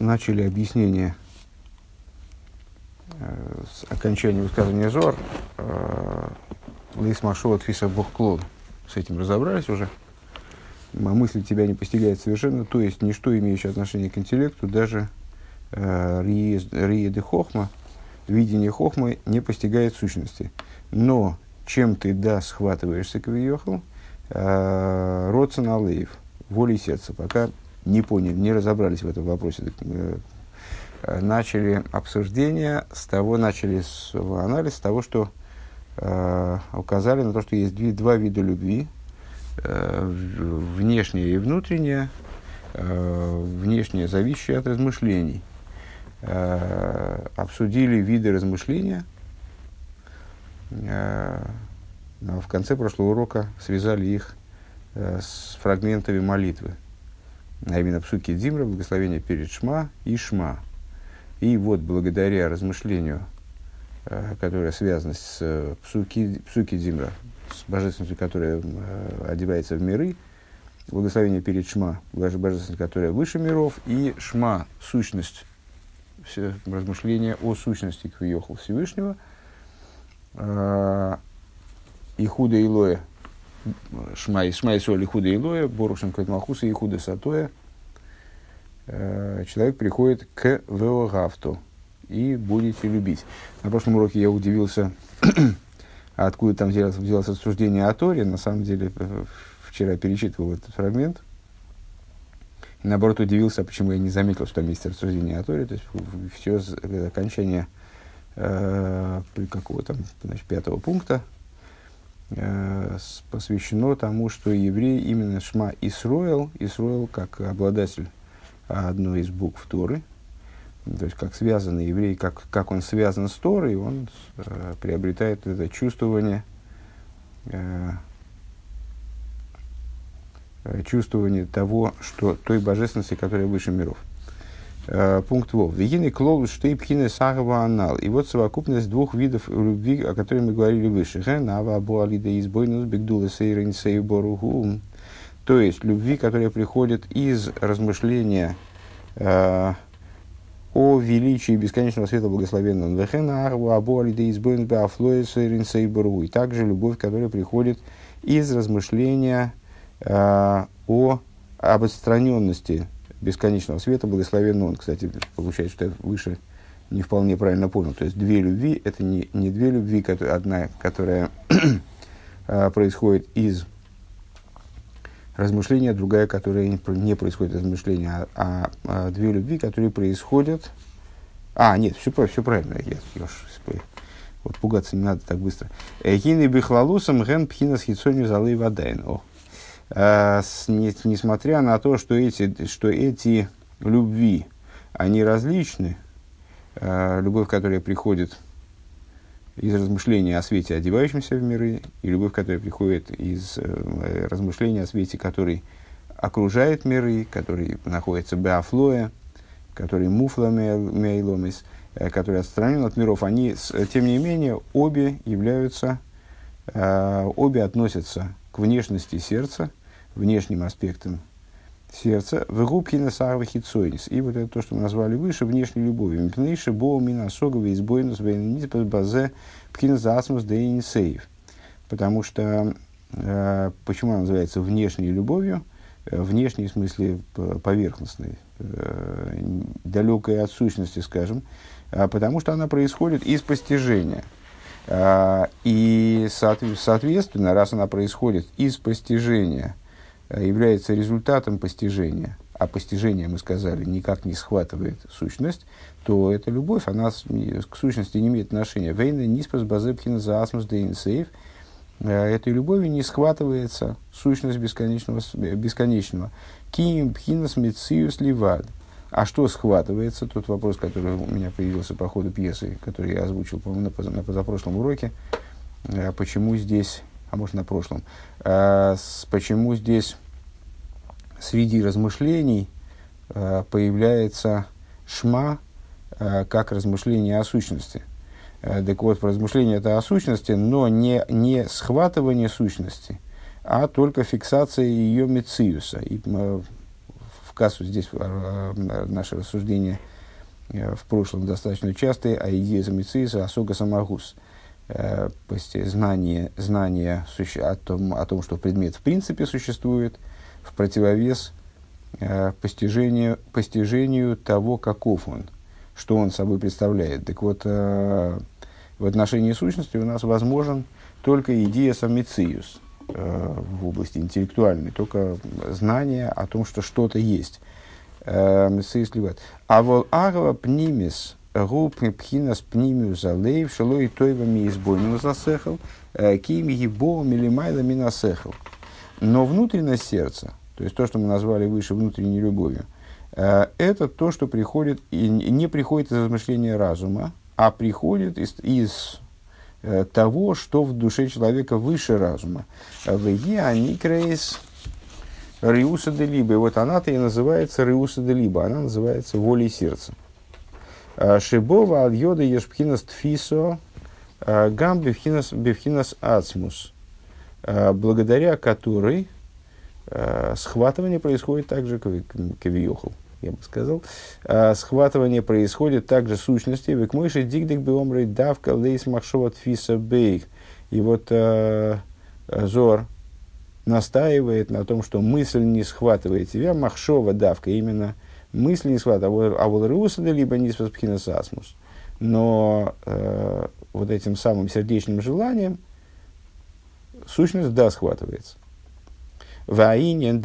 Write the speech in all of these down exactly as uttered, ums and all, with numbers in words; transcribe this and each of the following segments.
начали объяснение э, с окончания высказывания Зор Лейс Машова Тфиса Бог-Клон. С этим разобрались уже. Мысль тебя не постигает совершенно, то есть ничто, имеющее отношение к интеллекту, даже э, Рие де Хохма, видение Хохмы, не постигает сущности. Но чем ты да схватываешься к Виехал, э, Родсен Алеев, волей сердца, пока не поняли, не разобрались в этом вопросе. Так, э, начали обсуждение с того, начали с, анализ с того, что э, указали на то, что есть две, два вида любви, э, внешняя и внутренняя, э, внешняя, зависящая от размышлений. Э, обсудили виды размышления. Э, в конце прошлого урока связали их э, с фрагментами молитвы. А именно псуки Дзимра, благословение перед Шма и Шма. И вот благодаря размышлению, э, которое связано с э, псуки, псуки Дзимра, с божественностью, которая э, одевается в миры, благословение перед Шма, божественность, которая выше миров, и Шма, сущность, все размышления о сущности Квиохл Всевышнего, э, Ихуда Илоя, Шма и Шма и Соль Ихуда Илоя, Борушем Катмахуса и Ихуда Сатоя, человек приходит к Веогафту и будете любить. На прошлом уроке я удивился, откуда там делалось, делалось обсуждение о Торе. На самом деле, вчера перечитывал этот фрагмент. И наоборот, удивился, почему я не заметил, что там есть рассуждение о Торе. То есть, все окончание э, какого там, значит, пятого пункта э, посвящено тому, что еврей именно Шма Исроэл, Исроэл как обладатель одной из букв Торы, то есть как связанный еврей, как, как он связан с Торой, он э, приобретает это чувствование, э, чувствование того, что той божественности, которая выше миров. Э, пункт Вов. Вегины клол штейпхины сагава анал. И вот совокупность двух видов любви, о которых мы говорили выше. Генава буалида избойнус бигдула сейрин сейборугу. То есть, любви, которая приходит из размышления э, о величии бесконечного света благословенного. И также любовь, которая приходит из размышления э, о об отстраненности бесконечного света благословенного. Он, кстати, получается, что я выше не вполне правильно понял. То есть, две любви, это не, не две любви, которые, одна, которая происходит из размышления, другая, которая не происходит из размышления, а, а, а две любви, которые происходят... А, нет, все, все правильно. Я, я, вот пугаться не надо так быстро. Эхины бихлалусам ген пхинас хитсоню залей вадайн. Несмотря на то, что эти, что эти любви, они различны, а, любовь, которая приходит из размышления о свете, одевающемся в миры, и любовь, которая приходит из э, размышления о свете, который окружает миры, который находится беафлоя, который муфла мейломис, э, который отстранен от миров, они, с, тем не менее, обе являются, э, обе относятся к внешности сердца, внешним аспектам сердца, в губкина сарва хитсойнис. И вот это то, что мы назвали выше, внешней любовью. Мпнейши боумина соговый избойнус вейннитпас базе пкина заасмус дейнсейв. Потому что, э, почему она называется внешней любовью? Э, внешней, в смысле поверхностной, э, далекой от сущности, скажем. Э, потому что она происходит из постижения. Э, и, соответственно, раз она происходит из постижения, является результатом постижения, а постижение, мы сказали, никак не схватывает сущность, то эта любовь, она к сущности не имеет отношения. Вейна ниспас базепхина за асмус дейнсейв. Этой любовью не схватывается сущность бесконечного. бесконечного. Ким пхинас мециус ливад. А что схватывается? Тот вопрос, который у меня появился по ходу пьесы, который я озвучил, по-моему, на, на позапрошлом уроке. Почему здесь... а может на прошлом, а, с, почему здесь среди размышлений а, появляется шма а, как размышление о сущности. А, так вот, размышление это о сущности, но не, не схватывание сущности, а только фиксация ее мециуса. И, а, в в кассу здесь наши рассуждения в прошлом достаточно частые, а идея замицииса асога самагус. Знание, знание о том, о том, что предмет в принципе существует, в противовес постижению, постижению того, каков он, что он собой представляет. Так вот, в отношении сущности у нас возможен только идея самициус в области интеллектуальной, только знание о том, что что-то есть. А вол агва пнимис губ пхинас пнимиус алейв шелой тойвами избойну засехал ким ебо милимайла минасехал. Но внутренность сердца, то есть то, что мы назвали выше внутренней любовью, это то, что приходит и не приходит из размышления разума, а приходит из, из того, что в душе человека выше разума. В Еаникрейс Риуса де Либо. И вот она-то и называется Риуса де Либо. Она называется волей сердца. Шибова альода ешпхинас тфисо гам бифхинас ацмус. Благодаря которой схватывание происходит так же, как кавиохал, я бы сказал. Схватывание происходит также сущности. Векмойши дигдик биомрей давка лейс махшова тфиса бейх. И вот Зор настаивает на том, что мысль не схватывает тебя, махшова давка, именно мысль не схватывает, а вот руса либо не спаспхинас асмус. Но э, вот этим самым сердечным желанием сущность да схватывается. В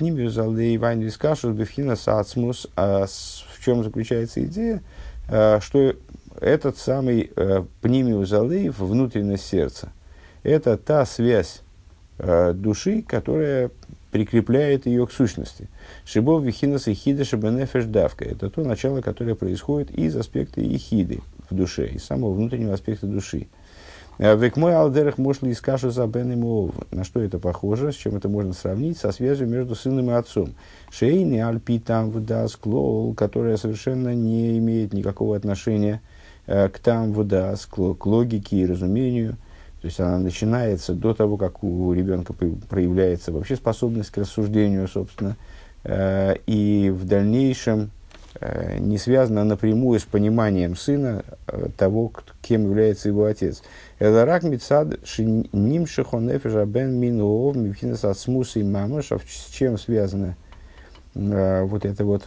чем заключается идея, что этот самый пнимиус алейв, внутренность сердца, это та связь души, которая прикрепляет ее к сущности. Шибов вихинас и хида шибенефеш давка. Это то начало, которое происходит из аспекта ихиды в душе, из самого внутреннего аспекта души. Век мой алдерах мошли из кашу за бен и мов. На что это похоже, с чем это можно сравнить? Со связью между сыном и отцом. Шейни альпи там вдас клол, которая совершенно не имеет никакого отношения э, к там вдас, к логике и разумению. То есть она начинается до того, как у ребенка проявляется вообще способность к рассуждению, собственно, э, и в дальнейшем э, не связана напрямую с пониманием сына э, того, кем является его отец. Это рак митсад нимшихо нефежа бен минуов мивхинас ацмус и мамаш. С чем связана э, вот эта вот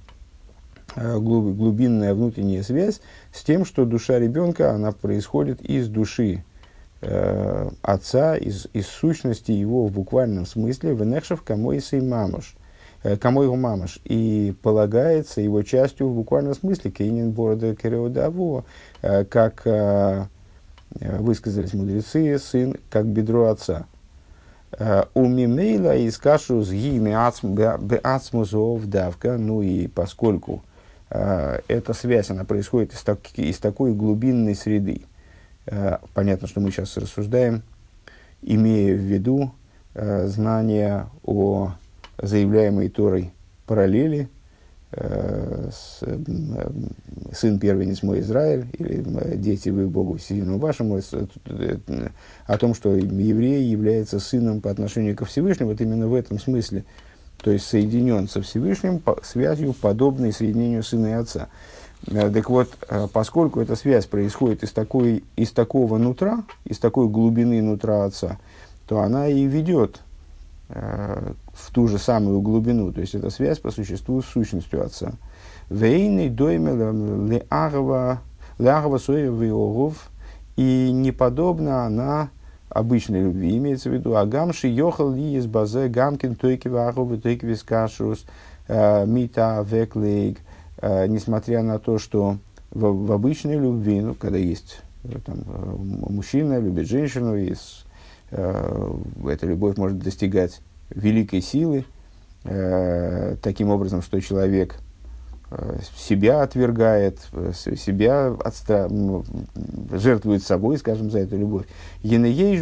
э, глуб, глубинная внутренняя связь? С тем, что душа ребенка, она происходит из души э, отца, из, из сущности его в буквальном смысле, венехшев камойс и мамаш, э, камой мамаш, и полагается его частью в буквальном смысле, кейнин борода кереодаво, э, как э, высказались мудрецы, сын как бедро отца. У мимейла из кашу с гими ацмузов давка, ну и поскольку э, эта связь, она происходит из, так, из такой глубинной среды. Э, понятно, что мы сейчас рассуждаем, имея в виду э, знание о заявляемой Торой параллели, С, э, сын первенец мой Израиль, или дети вы Богу сильному вашему, о том, что еврей является сыном по отношению ко Всевышнему, вот именно в этом смысле, то есть соединен со Всевышним по, связью, подобной соединению сына и отца. Так вот, поскольку эта связь происходит из, такой, из такого нутра, из такой глубины нутра отца, то она и ведет в ту же самую глубину, то есть это связь по существу с сущностью отца. Вейный дойме леагва соевый, и не подобна она обычной любви, имеется в виду агамши йохал ли из базе гамкин тойки вагов тойки вискашус мита веклейк, несмотря на то, что в, в обычной любви, ну, когда есть там, мужчина любит женщину, и эта любовь может достигать великой силы, э, таким образом, что человек э, себя отвергает, э, себя отстра... жертвует собой, скажем, за эту любовь. В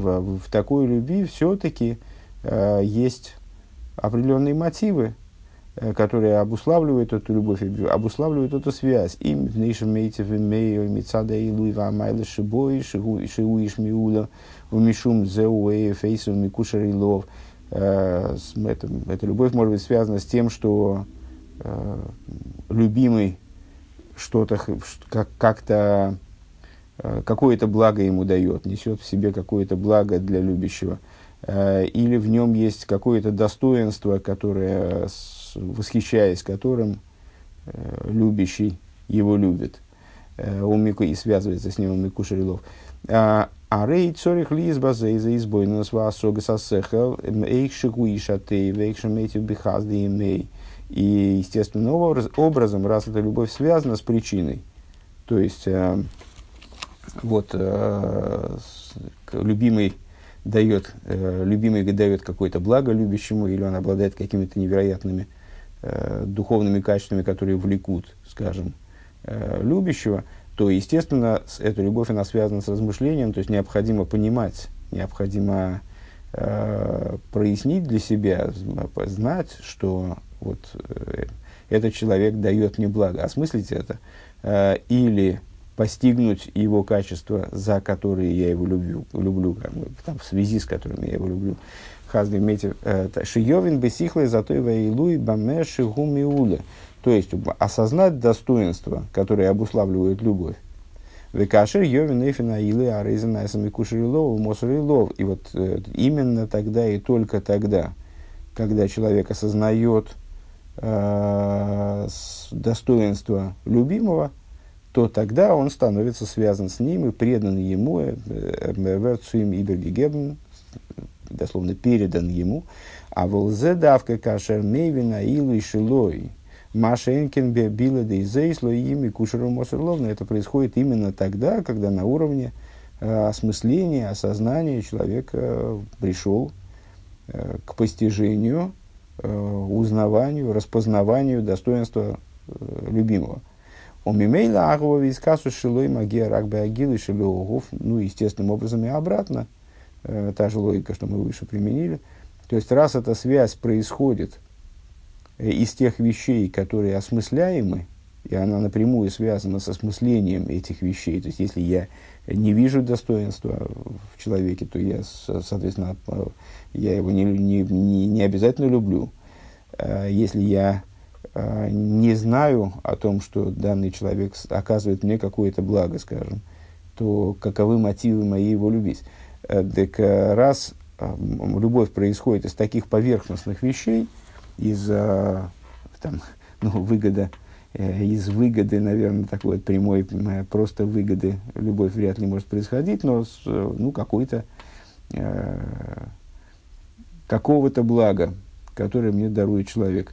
такой любви все-таки э, есть определенные мотивы которые обуславливают эту любовь, обуславливают эту связь. Им в нейшем мейте в мею мицада и луива майла шибой шиуиш миула умишум зеуэ фейсу микушер и лов. Эта любовь может быть связана с тем, что э, любимый что-то как, как-то э, какое-то благо ему дает, несет в себе какое-то благо для любящего. Или в нем есть какое-то достоинство, которое, восхищаясь которым, любящий его любит и связывается с ним Мику Шарилов. А рей цорих лизба за избой на свасога сасехал эйкшигу ишатей вейкшамейтив бихазди имей. И естественным образом, раз эта любовь связана с причиной, то есть вот любимый дает, э, любимый дает какое-то благо любящему, или он обладает какими-то невероятными э, духовными качествами, которые влекут, скажем, э, любящего, то, естественно, эта любовь, она связана с размышлением, то есть необходимо понимать, необходимо э, прояснить для себя, знать, что вот, э, этот человек дает мне благо, осмыслить это, э, или постигнуть его качества, за которые я его люблю, люблю как бы, там, в связи с которыми я его люблю. Хазли метив шиёвин бесихлой затой ваилуй бамеши гумиуле. То есть осознать достоинства, которые обуславливают любовь. Векашер йовин эфина илы арейзена самикушерилов мосорилов. И вот э, именно тогда и только тогда, когда человек осознает э, достоинство любимого, то тогда он становится связан с ним и предан ему, верцуем ибергегебн, дословно передан ему, а волзе давка кашер мейвина илу и шилой, машенкин бебила да изейсло ими кушеру мосерловно. Это происходит именно тогда, когда на уровне э, осмысления, осознания человек э, пришел э, к постижению, э, узнаванию, распознаванию достоинства э, любимого. У Мимейла Агова вискасу шилой магия ракбе агилы шилогов, ну, естественным образом и обратно, э, та же логика, что мы выше применили. То есть, раз эта связь происходит э, из тех вещей, которые осмысляемы, и она напрямую связана с осмыслением этих вещей, то есть, если я не вижу достоинства в человеке, то я, соответственно, я его не, не, не, не обязательно люблю. Э, если я не знаю о том, что данный человек оказывает мне какое-то благо, скажем, то каковы мотивы мои его любить? Так раз любовь происходит из таких поверхностных вещей, из там, ну, выгода, из выгоды, наверное, такой вот прямой, просто выгоды любовь вряд ли может происходить, но ну, какой-то, какого-то блага, которое мне дарует человек,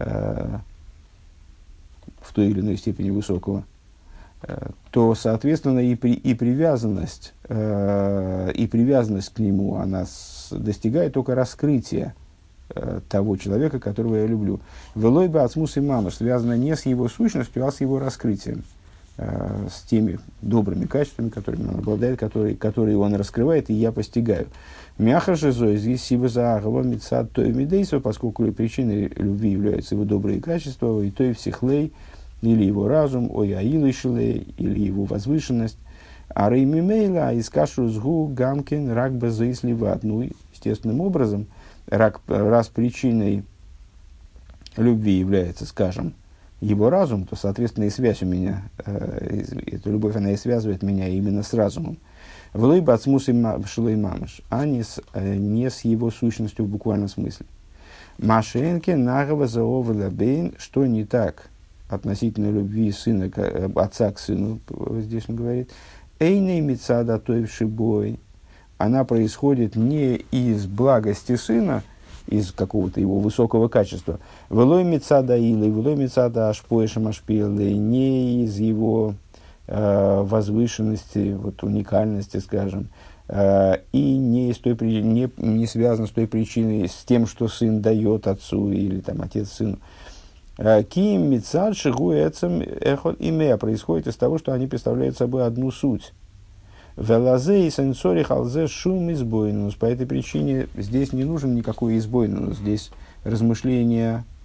в той или иной степени высокого, то, соответственно, и, при, и, привязанность, и привязанность к нему, она с, достигает только раскрытия того человека, которого я люблю. Велой бы ацмус и мамаш связано не с его сущностью, а с его раскрытием, с теми добрыми качествами, которыми он обладает, которые, которые он раскрывает, и я постигаю. Мяха же здесь сиба за агава мицад той мидейсо, поскольку причиной любви являются его добрые качества, и той психлей, или его разум, ой аилы шилей, или его возвышенность. А реймимейла из кашрузгу гамкин рак базаисливат. Ну, естественным образом, рак, раз причиной любви является, скажем, его разум, то, соответственно, и связь у меня, э, эта любовь, она и связывает меня именно с разумом. Влой бацмус шилой мамаш, а не с, э, не с его сущностью в буквальном смысле. Машенке нагова заовала бейн, что не так относительно любви сына, отца к сыну, здесь он говорит, «Эйней мицада тойвши бой», она происходит не из благости сына, из какого-то его высокого качества, «Велой мицада илой, велой мицада ашпоешем ашпилой», не из его э, возвышенности, вот, уникальности, скажем, э, и не, из той, не, не связано с той причиной, с тем, что сын дает отцу или там, отец сыну. Ким мицад шигу эцем эхот имея происходит из того, что они представляют собой одну суть. Велазе и сенсори халзе шум избойнус. По этой причине здесь не нужен никакой избойнус. Здесь размышление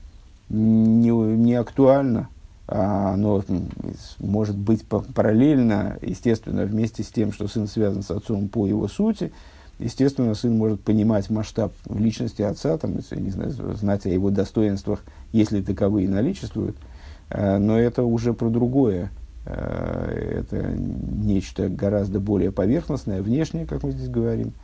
не, не актуально, а оно может быть параллельно, естественно, вместе с тем, что сын связан с отцом по его сути. Естественно, сын может понимать масштаб личности отца, там, не знаю, знать о его достоинствах, если таковые наличествуют, но это уже про другое. Это нечто гораздо более поверхностное, внешнее, как мы здесь говорим,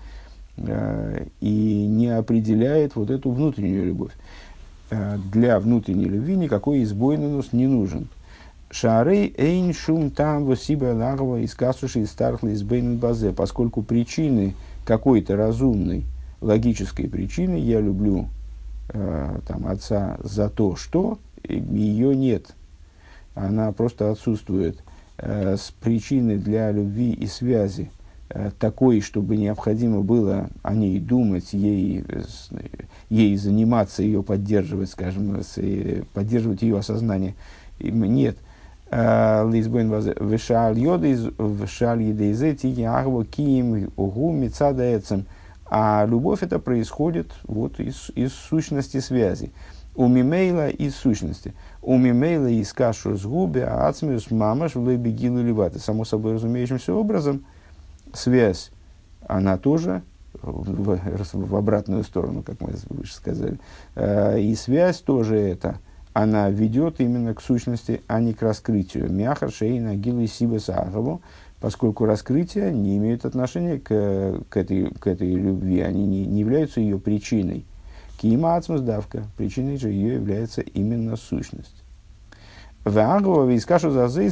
и не определяет вот эту внутреннюю любовь. Для внутренней любви никакой избойнус не нужен. Шарей эйн шум там восиба лагова из касуши из стархла из бейн базе, поскольку причины какой-то разумной логической причины я люблю э, там, отца за то, что ее нет, она просто отсутствует. Э, с причины для любви и связи э, такой, чтобы необходимо было о ней думать, ей, с, ей заниматься, ее поддерживать, скажем, с, поддерживать ее осознание, нет. Лизбен вешал йодиз вешал едизе тики агво киим угу мицадаэцем. А любовь это происходит вот из, из сущности связи. У мимейла из сущности. У мимейла из кашу с губи, а ацмиус мамаш в лебегилу ливаты. Само собой разумеющимся образом, связь, она тоже в, в обратную сторону, как мы выше сказали. И связь тоже это. Она ведет именно к сущности, а не к раскрытию. Мяхар шейна гилы сибас агаву, поскольку раскрытие не имеет отношения к, к, этой, к этой любви, они не, не являются ее причиной. Киима ацмус давка, причиной же ее является именно сущность. Ваагова вискашу зазейс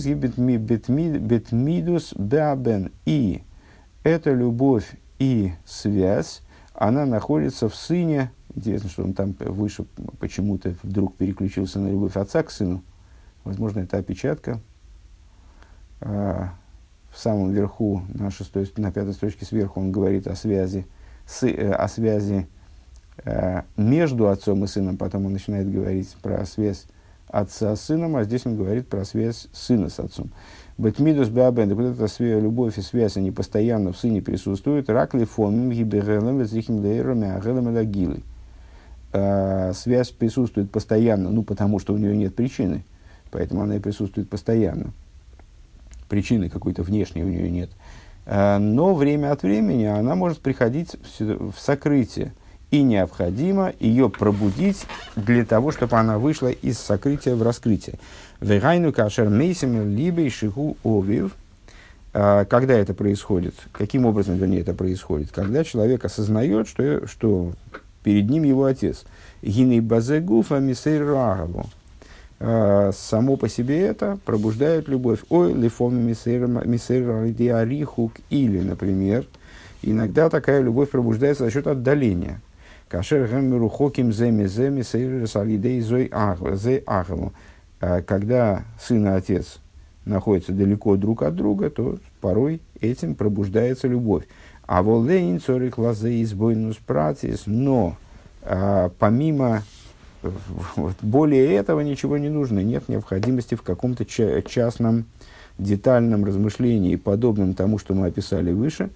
бетмидус беабен. И эта любовь и связь, она находится в сыне. Интересно, что он там выше почему-то вдруг переключился на любовь отца к сыну. Возможно, это опечатка. А, в самом верху, на, шестой, на пятой строчке сверху, он говорит о связи, с, о связи а, между отцом и сыном. Потом он начинает говорить про связь отца с сыном, а здесь он говорит про связь сына с отцом. Бетмидус беабен, вот эта связь, любовь и связь, они постоянно в сыне присутствуют. Ракли фомим гиберелем везрихим лейром агелем элагилы. Связь присутствует постоянно, ну, потому что у нее нет причины, поэтому она и присутствует постоянно. Причины какой-то внешней у нее нет. Но время от времени она может приходить в сокрытие, и необходимо ее пробудить для того, чтобы она вышла из сокрытия в раскрытие. Вегайну кашер мейсим либей шигу овив. Когда это происходит? Каким образом, вернее, это происходит? Когда человек осознает, что, что перед ним его отец. Гиней базегуфа мисейрагаву. Само по себе это пробуждает любовь. Ой, лифоми мисейрагаву. Или, например, иногда такая любовь пробуждается за счет отдаления. Кашер гэммеру хоким земи земи сейрсалидей зой агаву. Когда сын и отец находятся далеко друг от друга, то порой этим пробуждается любовь. А волдейн цорих лазе избойнус пратис, но а, помимо вот, более этого ничего не нужно, нет необходимости в каком-то ча- частном детальном размышлении, подобном тому, что мы описали выше.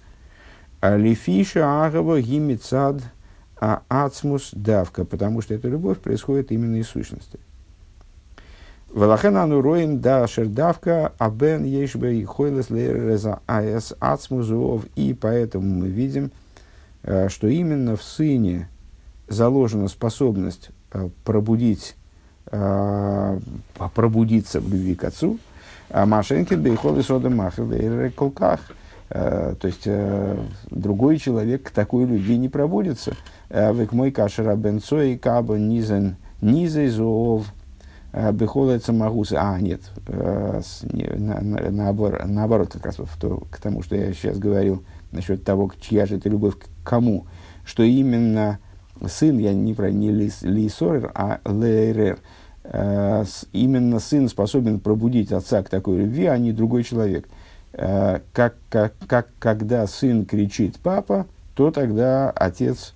Лифиша агава гимицад а ацмус давка, потому что эта любовь происходит именно из сущности. Валахена нуроим да шердавка абен ешбе и хойлес лереза аэс ацмузуов. И поэтому мы видим, что именно в сыне заложена способность пробудить, пробудиться в любви к отцу. А машенки бейхолы сода махил и колках. То есть другой человек к такой любви не пробудится. Век мой кашера бенцой каба низен низей зуов. Бехолается магуса. А, нет, э, с, не, на, на, наоборот, наоборот, как раз в то, к тому, что я сейчас говорил насчет того, чья же это любовь к кому. Что именно сын, я не про не лейсорер, а лейрер, э, именно сын способен пробудить отца к такой любви, а не другой человек. Э, как, как, как когда сын кричит «папа», то тогда отец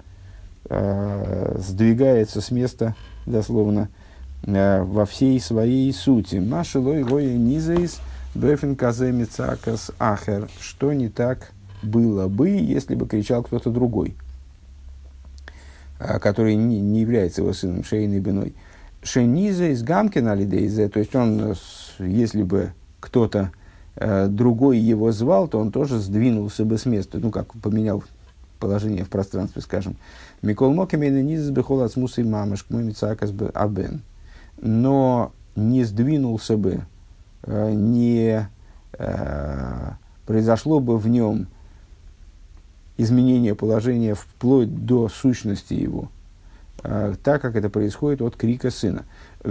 э, сдвигается с места, дословно, во всей своей сути. Машилой гоя низаис бефен казе мицакас ахер. Что не так было бы, если бы кричал кто-то другой, который не, не является его сыном, шейной биной. Шениза из Гамкина Лидейзе, то есть он, если бы кто-то э, другой его звал, то он тоже сдвинулся бы с места, ну, как поменял положение в пространстве, скажем. Микол Мокемейна Низис Бехол Ацмус и Мамаш, мой Мицакас Абен. Но не сдвинулся бы, э, не э, произошло бы в нем изменение положения вплоть до сущности его, э, так как это происходит от крика сына. По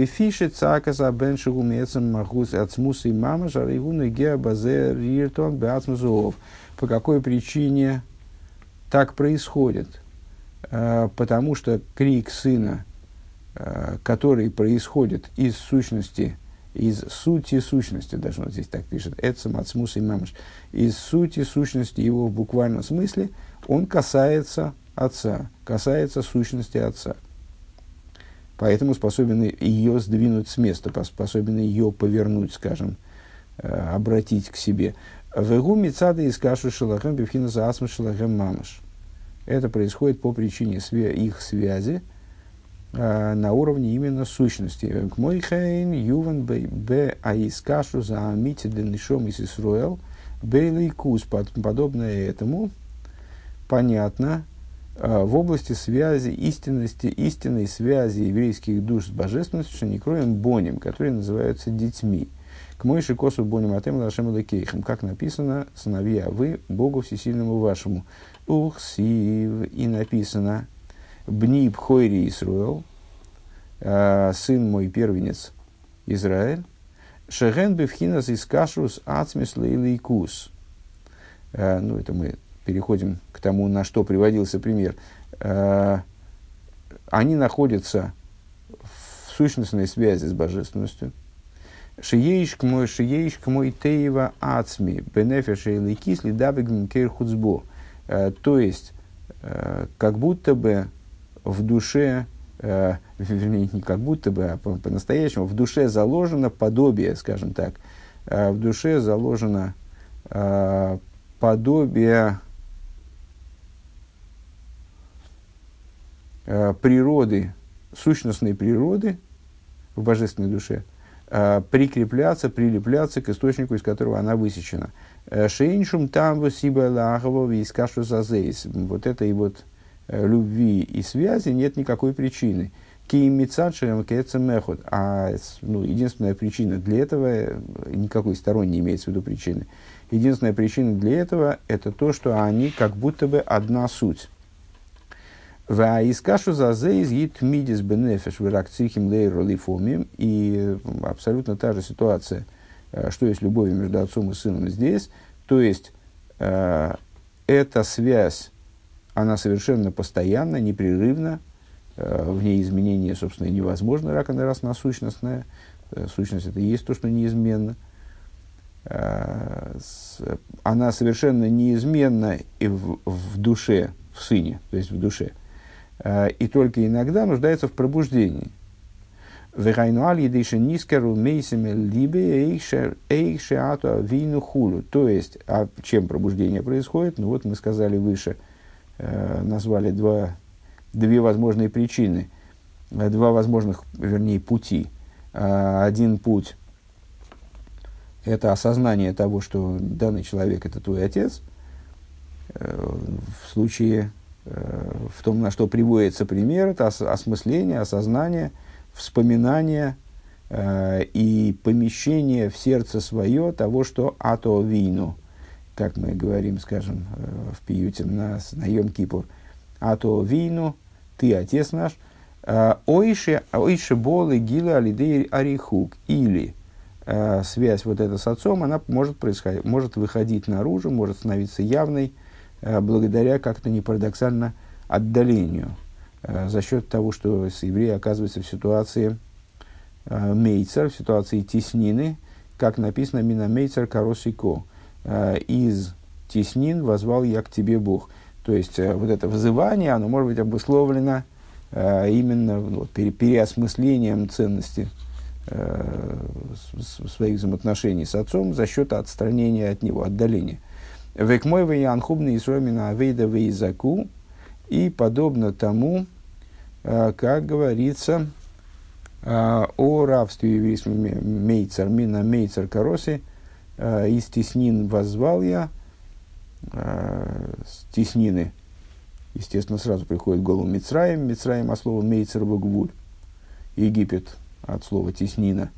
какой причине так происходит? Э, потому что крик сына, э, который происходит из сущности, из сути сущности, даже вот здесь так пишет, «Эцем ацмус и мамаш», из сути сущности его в буквальном смысле, он касается отца, касается сущности отца. Поэтому способен ее сдвинуть с места, способен ее повернуть, скажем, обратить к себе. «Вегу мицада из кашу шелахем бифхина за асмус шелахем мамаш». Это происходит по причине свя- их связи э, на уровне именно сущности. К мой хейн юван б аискашу за амити денишом из Исруэл бейлый кус. Подобное этому понятно э, в области связи, истинности, истинной связи еврейских душ с божественностью, что не кроем боним, которые называются детьми. К мой шикосу боним атем лашем лекейхем, как написано, сыновья вы, Богу всесильному вашему. Ухсив, и написано, бни бхойри Исруэл, сын мой первенец Израиль, шеген бифхинас искашрус ацмис лейлейкус. Ну, это мы переходим к тому, на что приводился пример. Они находятся в сущностной связи с божественностью. Шиеиш к мой, шиеиш к мой теева ацми, бенефеша и лейкис лидабек мкейр хуцбо. То есть, как будто бы в душе, вернее, не как будто бы, а по-настоящему, в душе заложено подобие, скажем так, в душе заложено подобие природы, сущностной природы в божественной душе, прикрепляться, прилепляться к источнику, из которого она высечена. Шейншум там высиба лахова вискашу зазейс. Вот этой вот любви и связи нет никакой причины. Киимицадшем кецемехот. А ну, единственная причина для этого, никакой сторонней имеется в виду причины, единственная причина для этого это то, что они как будто бы одна суть. Ваискашу зазейс гит мидис бенефеш виракцихим лейру лифомим. И абсолютно та же ситуация, что есть любовь между отцом и сыном здесь. То есть, э, эта связь, она совершенно постоянна, непрерывна, э, в ней изменения, собственно, невозможно, рак она раз насущностная. Э, сущность – это и есть то, что неизменно. Э, с, она совершенно неизменна и в, в душе, в сыне, то есть в душе. Э, и только иногда нуждается в пробуждении. То есть, а чем пробуждение происходит? Ну вот мы сказали выше, э, назвали два, две возможные причины, два возможных, вернее, пути. Э, один путь – это осознание того, что данный человек – это твой отец. Э, в случае, э, в том, на что приводится пример, это ос- осмысление, осознание, вспоминание э, и помещение в сердце свое того, что ато вину, как мы говорим, скажем, э, в пиюте на, на Йом-Кипур, ато вину, ты отец наш, ойше болы гила алидей арихук, или э, связь вот эта с отцом, она может, происходить, может выходить наружу, может становиться явной, э, благодаря, как-то не парадоксально, отдалению. За счет того, что еврей оказывается в ситуации э, мейцер, в ситуации теснины, как написано «Мина мейцер каросико», э, «Из теснин возвал я к тебе Бог». То есть, э, вот это вызывание, оно может быть обусловлено э, именно ну, пере, переосмыслением ценности э, с, своих взаимоотношений с отцом за счет отстранения от него, отдаления. «Век мой ваянхубный исромина авейда вейзаку». И подобно тому, как говорится О рабстве еврейском мейцер, мина мейцер короси, из теснин воззвал я, с теснины, естественно, сразу приходит в голову Мицраим, Мицраим от слова мейцер богвуль, Египет от слова теснина.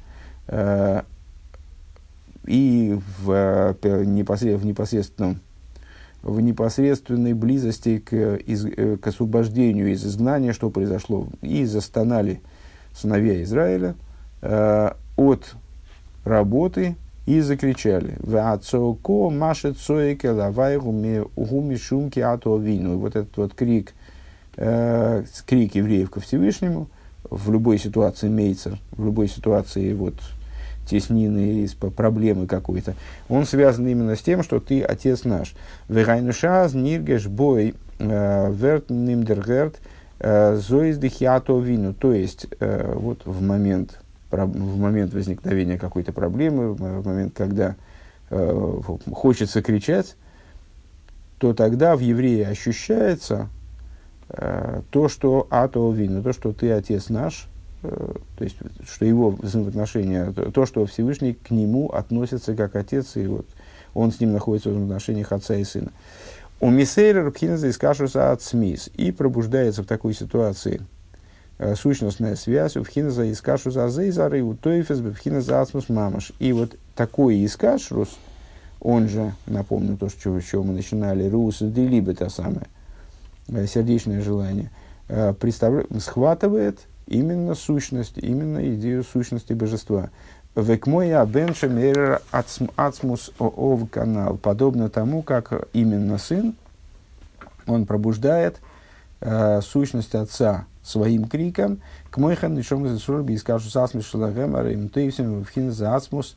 И в, непосред, в, непосредственном, в непосредственной близости к, из, к освобождению из изгнания, что произошло, и застонали сыновья Израиля э, от работы и закричали: «Ваацоко машет соеке лавайгуме угуми шумки ато вину». Вот этот вот крик, э, крик евреев ко Всевышнему в любой ситуации мейцер, в любой ситуации вот теснины, проблемы какой-то, он связан именно с тем, что ты отец наш. «Вегайнушаз ниргеш бой верт нимдергерт зоиздыхиато вину». То есть, э, вот в момент, в момент возникновения какой-то проблемы, в момент, когда э, хочется кричать, то тогда в еврее ощущается э, то, что ато вину, то, что ты отец наш, э, то есть, что его взаимоотношения, то, то, что Всевышний к нему относится как отец, и вот он с ним находится в взаимоотношениях отца и сына. У Мисейра Рабхиназа искашуса от смис. И пробуждается в такой ситуации э, сущностная связь у Пхиназа искашуса азейзары, у Тойфес Бхиназа ацмус мамаш. И вот такой искашрус, он же, напомню то, с чего, с чего мы начинали, рус делибе, то самое, э, сердечное желание, э, схватывает именно сущность, именно идею сущности божества. Векмоя бенша мерер ацмус ов канал, подобно тому, как именно сын, он пробуждает э, сущность отца своим криком. К мойхан нишом из сурби искажу сасмис шалагемар им тейсим вхин за ацмус.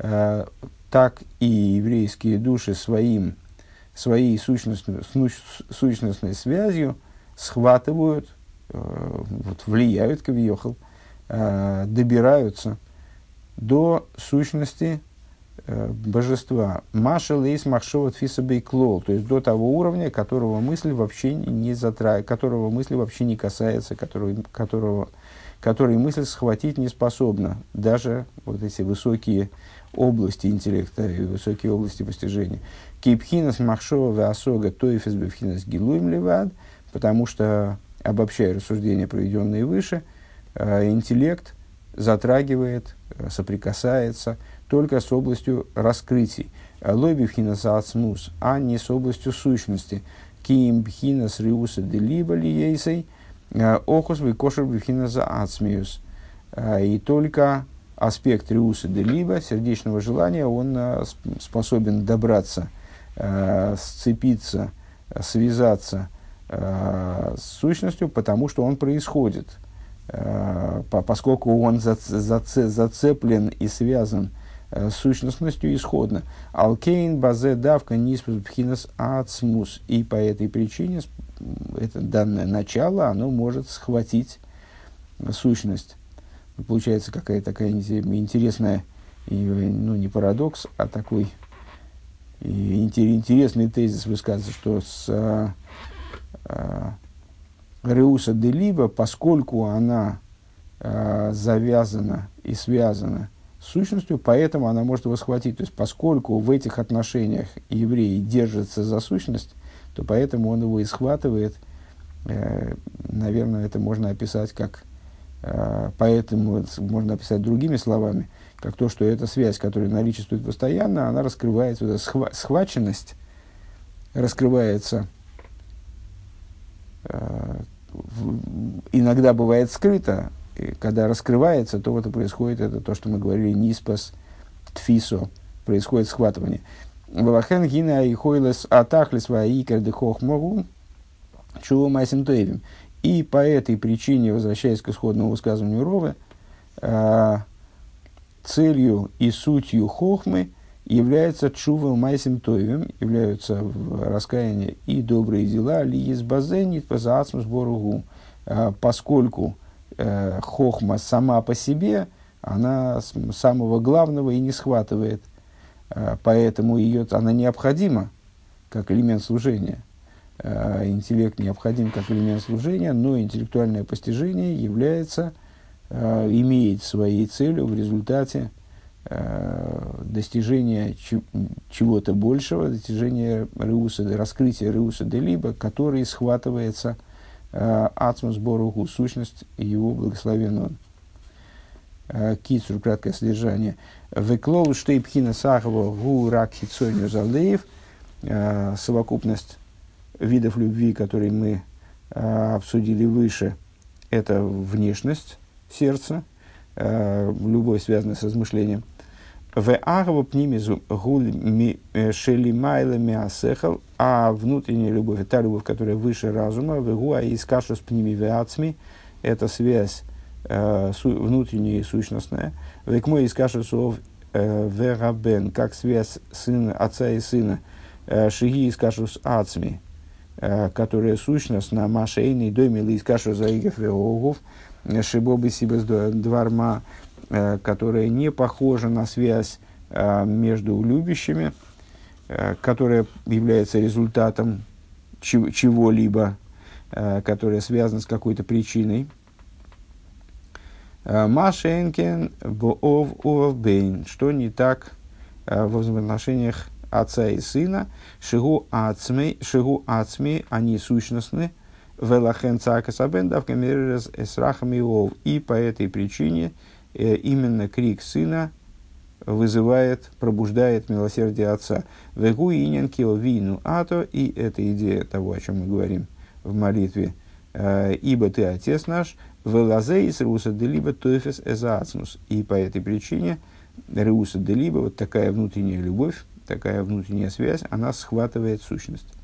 Так и еврейские души своим, своей сущностной, сущностной связью схватывают, э, вот, влияют, кавиохал, э, добираются до сущности э, божества. Маша лейс махшова тфиса бейклол, то есть до того уровня, которого мысль вообще не затрагивает, которого мысль вообще не касается, которого, которого, который мысль схватить не способна. Даже вот эти высокие области интеллекта и высокие области постижения. Кейпхинас махшова веасога тоифес бевхинас гилуем левад, потому что, обобщая рассуждения, проведенные выше, э, интеллект затрагивает, соприкасается только с областью раскрытий. Лойби бхинас ацмус, а не с областью сущности. Киим бхинас риуса делиба лиейсей, охус векошер бхинас ацмиус. И только аспект риуса делиба, сердечного желания, он способен добраться, сцепиться, связаться с сущностью, потому что он происходит. Поскольку он зацеплен и связан с сущностностью исходно. Алкейн базе давка ниспус бхинас ацмус. И по этой причине это данное начало, оно может схватить сущность. Получается какая-то такая интересная, ну не парадокс, а такой интересный тезис высказывается, что с Реуса де Либо, поскольку она э, завязана и связана с сущностью, поэтому она может его схватить. То есть, поскольку в этих отношениях еврей держится за сущность, то поэтому он его и схватывает. Э, наверное, это можно описать как, э, поэтому можно описать другими словами, как то, что эта связь, которая наличествует постоянно, она раскрывается, вот эта схва- схваченность раскрывается, иногда бывает скрыто, и когда раскрывается, то вот и происходит это то, что мы говорили, ниспас тфисо, происходит схватывание. Валахен гина и хойлес атахлис ваикер дехох могу чува майсим тоевим. И по этой причине, возвращаясь к исходному высказыванию Ровы, целью и сутью хохмы является чува майсим тоевим, являются раскаяние и добрые дела, ли из базенит позаацмус боругу, поскольку э, хохма сама по себе, она самого главного и не схватывает, э, поэтому ее, она необходима как элемент служения. Э, интеллект необходим как элемент служения, но интеллектуальное постижение является э, имеет своей целью в результате э, достижения ч- чего-то большего, достижения реуса, раскрытия реуса де-либо, который схватывается э, ацмус боругу, сущность его благословенного. Кицур, краткое содержание. Веклоу штейпхина сахова гу рак хитсонию залеев. Совокупность видов любви, которые мы э, обсудили выше, это внешность сердца, э, любовь, связанная с размышлением. В агва пнимизу гуль шелимайла миасехал, а внутренняя любовь, это та любовь, которая выше разума, в гуа и скашус пними веацми, это связь э, су, внутренняя и сущностная. Век мой и скашусов верабен, как связь сына, отца и сына, шиги из кашус ацми, которая сущность на машейной доме или из кашус заигов веогов, шибобы сибас дварма, которая не похожа на связь между любящими, которая является результатом чего-либо, которая связана с какой-то причиной. Машенкен боов овбейн, что не так в взаимоотношениях отца и сына, шигу ацми, шигу ацми, они сущностны, велахен цакасабен давкамерез эсрахами ов. И по этой причине э, именно крик сына вызывает, пробуждает милосердие отца. Вегу инен кио вину ато, и это идея того, о чем мы говорим в молитве. Э, Ибо ты отец наш, велазеис руса делиба тоефес эзаацмус. И по этой причине реуса делиба, вот такая внутренняя любовь, такая внутренняя связь, она схватывает сущность.